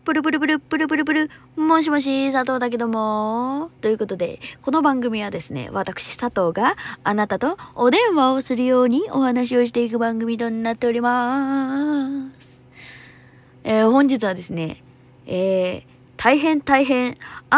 プルプルプルプルプルプル、もしもし、佐藤だけども。ということで、この番組はですね、私佐藤があなたとお電話をするようにお話をしていく番組となっております。本日はですね、大変、大変、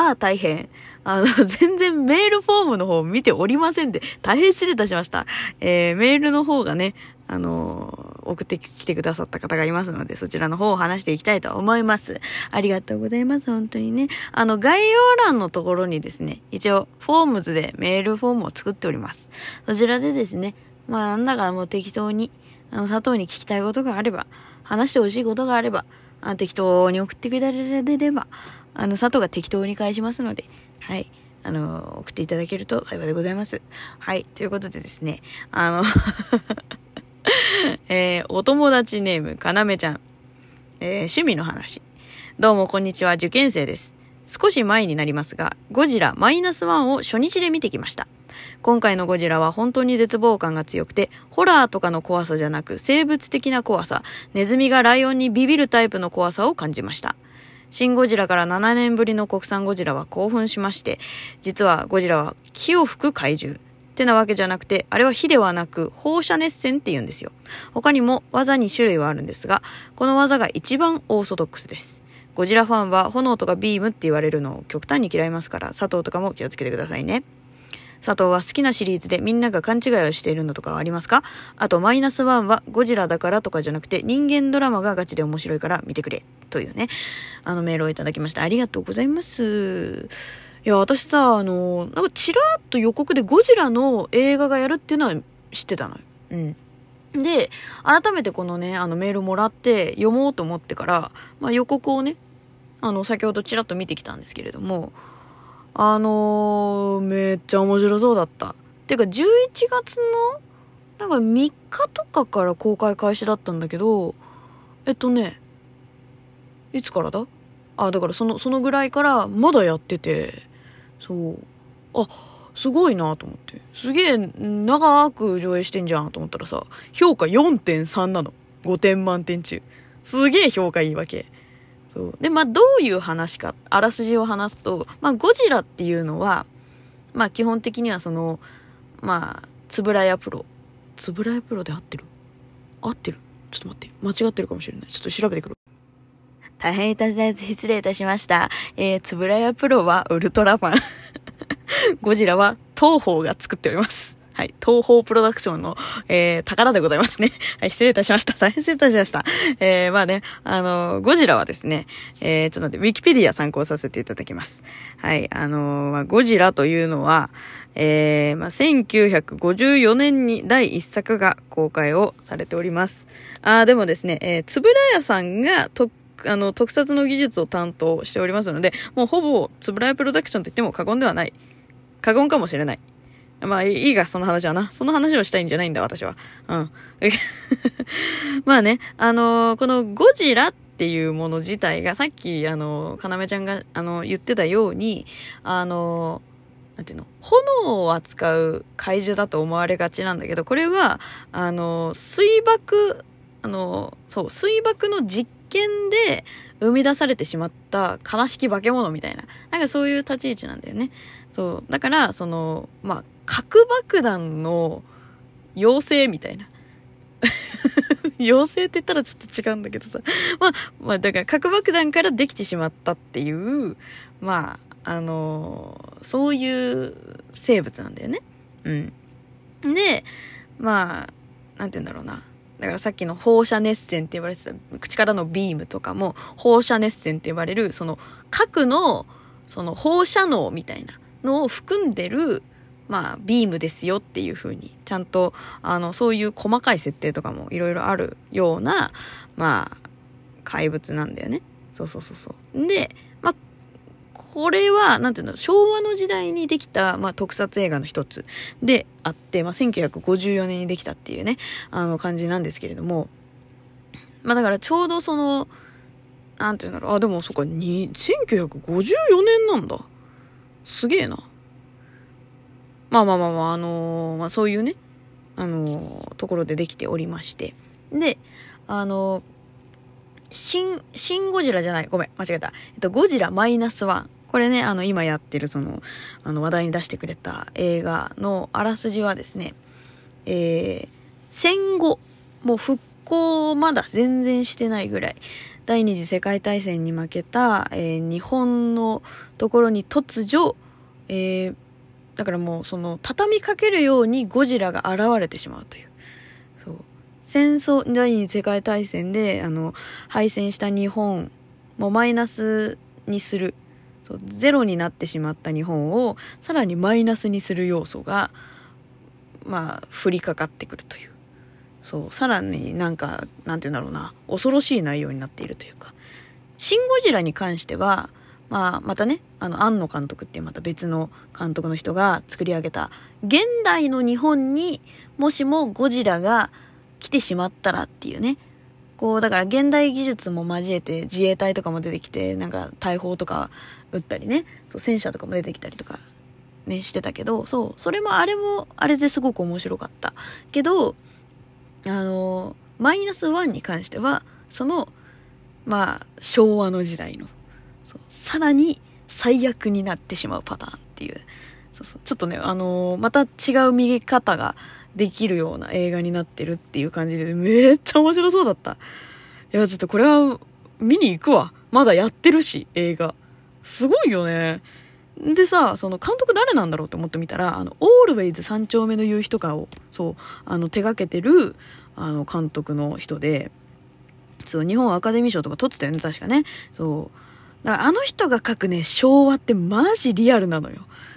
全然メールフォームの方を見ておりませんで、大変失礼いたしました。メールの方がね、送ってきてくださった方がいますので、そちらの方を話していきたいと思います。ありがとうございます。本当にね。概要欄のところにですね、一応、フォームズでメールフォームを作っております。そちらでですね、なんだかもう適当に、佐藤に聞きたいことがあれば、話してほしいことがあれば、適当に送ってくれれば、佐藤が適当に返しますので、はい。送っていただけると幸いでございます。はい。ということでですね、お友達ネーム、かなめちゃん。趣味の話。どうもこんにちは、受験生です。少し前になりますが、ゴジラ-1を初日で見てきました。今回のゴジラは本当に絶望感が強くて、ホラーとかの怖さじゃなく、生物的な怖さ、ネズミがライオンにビビるタイプの怖さを感じました。シン・ゴジラから7年ぶりの国産ゴジラは興奮しまして、実はゴジラは火を吹く怪獣。ってなわけじゃなくて、あれは火ではなく放射熱線って言うんですよ。他にも技に種類はあるんですが、この技が一番オーソドックスです。ゴジラファンは炎とかビームって言われるのを極端に嫌いますから、佐藤とかも気をつけてくださいね。佐藤は好きなシリーズでみんなが勘違いをしているのとかはありますか？あと-1はゴジラだからとかじゃなくて人間ドラマがガチで面白いから見てくれというね、メールをいただきました。ありがとうございます。いや、私さ、なんかちらっと予告でゴジラの映画がやるっていうのは知ってたのよ。うん。で、改めてこのね、メールもらって読もうと思ってから、予告をね、先ほどちらっと見てきたんですけれども、めっちゃ面白そうだった。てか、11月の、なんか3日とかから公開開始だったんだけど、いつからだ？だからそのぐらいからまだやってて、そう。すごいなと思って。すげえ長く上映してんじゃんと思ったらさ、評価 4.3 なの。5点満点中。すげえ評価いいわけ。そう。で、どういう話か、あらすじを話すと、ゴジラっていうのは、基本的にはつぶらやプロで合ってるちょっと待って。間違ってるかもしれない。ちょっと調べてくる。大変失礼いたしました。つぶらやプロはウルトラマン。ゴジラは東宝が作っております。はい。東宝プロダクションの、宝でございますね。はい。失礼いたしました。大変失礼いたしました。ゴジラはですね、ちょっと待って、ウィキペディア参考させていただきます。はい。ゴジラというのは、1954年に第一作が公開をされております。でもですね、つぶらやさんが特撮の技術を担当しておりますので、もうほぼつぶらやプロダクションと言っても過言ではない。過言かもしれない。いいが、その話はな。その話をしたいんじゃないんだ、私は。うん。このゴジラっていうもの自体が、さっき、かなめちゃんが、言ってたように、なんていうの、炎を扱う怪獣だと思われがちなんだけど、これは、水爆の実験で生み出されてしまった悲しき化け物みたいな。なんかそういう立ち位置なんだよね。そう。だから、核爆弾の妖精みたいな。妖精って言ったらちょっと違うんだけどさ。だから核爆弾からできてしまったっていう、そういう生物なんだよね。うん。で、なんて言うんだろうな。だからさっきの放射熱線って言われてた口からのビームとかも放射熱線って言われるその核のその放射能みたいなのを含んでるビームですよっていう風にちゃんとそういう細かい設定とかもいろいろあるような怪物なんだよね。そう。でこれはなんていうんだろう、昭和の時代にできた特撮映画の一つであって1954年にできたっていうね感じなんですけれども、だからちょうどそのなんていうんだろう、でもそっか1954年なんだ。すげえな。そういうね、ところでできておりまして。で、 ゴジラじゃない。ごめん、間違えた。ゴジラマイナスワン。これね、今やってる話題に出してくれた映画のあらすじはですね、戦後、もう復興まだ全然してないぐらい、第二次世界大戦に負けた、日本のところに突如、だからもう畳みかけるようにゴジラが現れてしまうという。そう。第二次世界大戦で、敗戦した日本もマイナスにする。ゼロになってしまった日本をさらにマイナスにする要素が、降りかかってくるという。そう、さらになんて言うんだろうな、恐ろしい内容になっているというか。シン・ゴジラに関しては、またね、庵野監督っていうまた別の監督の人が作り上げた、現代の日本にもしもゴジラが来てしまったらっていうね、だから現代技術も交えて自衛隊とかも出てきて、大砲とか撃ったりね、戦車とかも出てきたりとかね、してたけど、それもあれですごく面白かった。けど、マイナスワンに関しては、昭和の時代の、さらに最悪になってしまうパターンっていう。ちょっとね、また違う見方ができるような映画になってるっていう感じで、めっちゃ面白そうだった。いや、ちょっとこれは見に行くわ。まだやってるし、映画。すごいよね。でさ、監督誰なんだろうって思ってみたら、オールウェイズ三丁目の夕日とかを、手掛けてる、監督の人で、日本アカデミー賞とか取ってたよね、確かね。だから人が書くね、昭和ってマジリアルなのよ。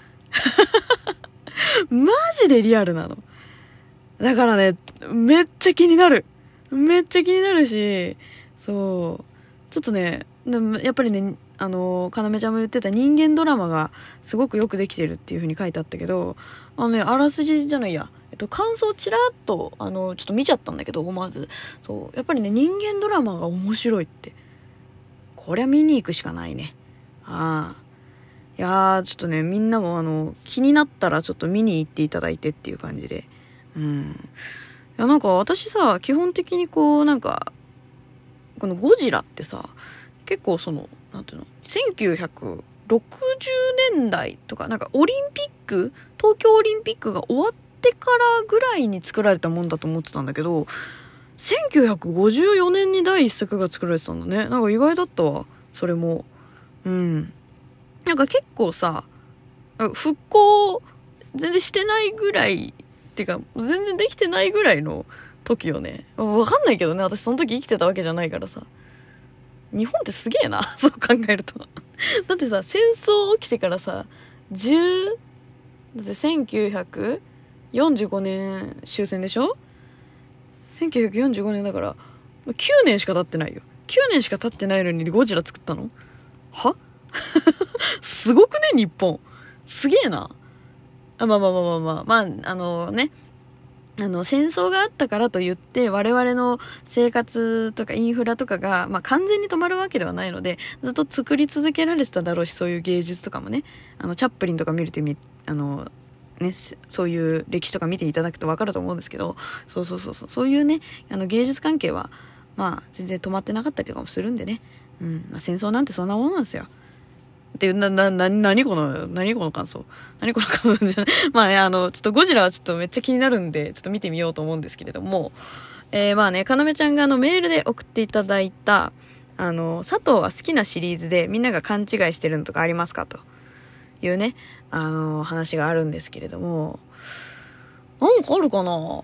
マジでリアルなの。だからね、めっちゃ気になる。めっちゃ気になるし、ちょっとね、やっぱりね、かなめちゃんも言ってた人間ドラマがすごくよくできてるっていう風に書いてあったけど、あらすじじゃないや。感想ちらっと、ちょっと見ちゃったんだけど、思わず。やっぱりね、人間ドラマが面白いって。こりゃ見に行くしかないね。いやー、ちょっとね、みんなも気になったらちょっと見に行っていただいてっていう感じで。いや、私さ、基本的にこのゴジラってさ、結構なんていうの、1960年代とか、オリンピック、東京オリンピックが終わってからぐらいに作られたもんだと思ってたんだけど、1954年に第一作が作られてたんだね。意外だったわ、それも。結構さ、復興全然してないぐらい、ってか、全然できてないぐらいの時よね。わかんないけどね、私その時生きてたわけじゃないからさ。日本ってすげえな、そう考えると。だってさ、戦争起きてからさ、だって1945年終戦でしょ？ 1945 年だから、9年しか経ってないよ。9年しか経ってないのにゴジラ作ったの？はすごくね、日本。すげえな。戦争があったからといって我々の生活とかインフラとかが、完全に止まるわけではないので、ずっと作り続けられてただろうし、そういう芸術とかもね、チャップリンとか見るとそういう歴史とか見ていただくと分かると思うんですけど、そういうね、芸術関係は全然止まってなかったりとかもするんでね、戦争なんてそんなものなんですよ。っていう、何この感想じゃない。ちょっとゴジラはちょっとめっちゃ気になるんで、ちょっと見てみようと思うんですけれども、かなめちゃんがメールで送っていただいた、佐藤は好きなシリーズでみんなが勘違いしてるのとかありますかというね、話があるんですけれども、なんかあるかな？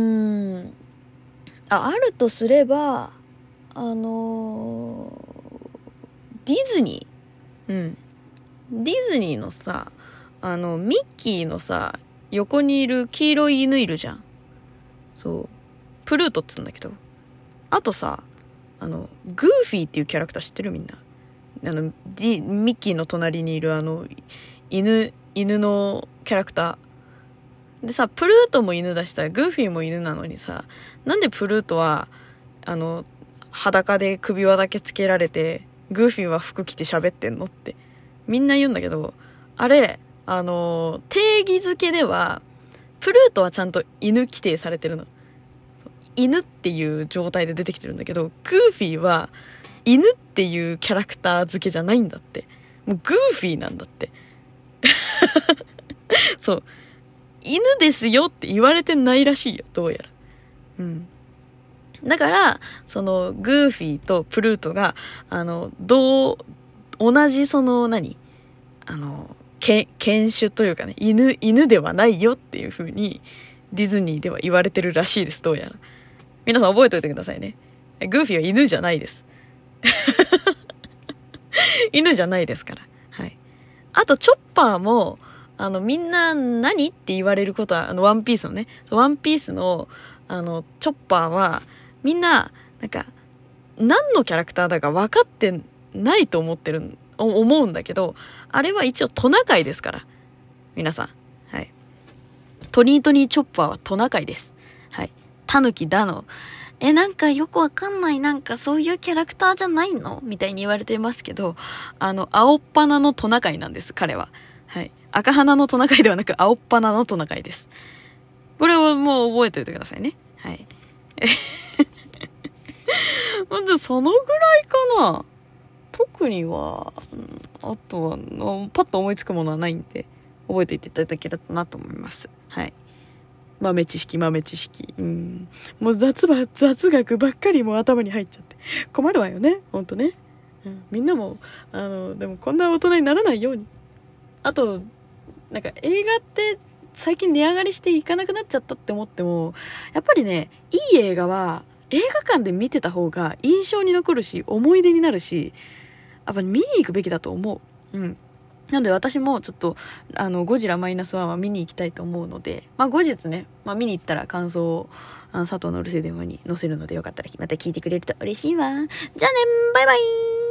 あるとすれば、ディズニー。ディズニーのさ、ミッキーのさ、横にいる黄色い犬いるじゃん。プルートって言うんだけど。あとさ、グーフィーっていうキャラクター知ってる？みんな。ミッキーの隣にいる犬のキャラクター。でさ、プルートも犬だしさ、グーフィーも犬なのにさ、なんでプルートは、裸で首輪だけつけられて、グーフィーは服着て喋ってんのってみんな言うんだけど、あれ定義づけではプルートはちゃんと犬規定されてるの。犬っていう状態で出てきてるんだけど、グーフィーは犬っていうキャラクター付けじゃないんだって。もうグーフィーなんだって。そう。犬ですよって言われてないらしいよ、どうやら。うん。だから、その、グーフィーとプルートが、同じ犬種というかね、犬ではないよっていう風に、ディズニーでは言われてるらしいです、どうやら。皆さん覚えておいてくださいね。グーフィーは犬じゃないです。犬じゃないですから。はい。あと、チョッパーも、みんな何って言われることは、ワンピースのね、ワンピースの、チョッパーは、みんな、なんか、何のキャラクターだか分かってないと思うんだけど、あれは一応トナカイですから。皆さん。はい。トニートニーチョッパーはトナカイです。はい。タヌキだの。なんかよくわかんない、なんかそういうキャラクターじゃないのみたいに言われてますけど、青っ鼻のトナカイなんです、彼は。はい。赤鼻のトナカイではなく、青っ鼻のトナカイです。これをもう覚えておいてくださいね。はい。ほんと、そのぐらいかな。特には、あとは、パッと思いつくものはないんで、覚えていていただけたらなと思います。はい。豆知識。もう雑学ばっかりもう頭に入っちゃって。困るわよね、ほんとね。みんなも、でもこんな大人にならないように。あと、なんか映画って最近値上がりしていかなくなっちゃったって思っても、やっぱりね、いい映画は映画館で見てた方が印象に残るし、思い出になるし、やっぱり見に行くべきだと思う。なので私もちょっと、ゴジラマイナスワンは見に行きたいと思うので、後日ね、見に行ったら感想を、佐藤のうるせえ電話に載せるのでよかったらまた聞いてくれると嬉しいわ。じゃあね、バイバイ。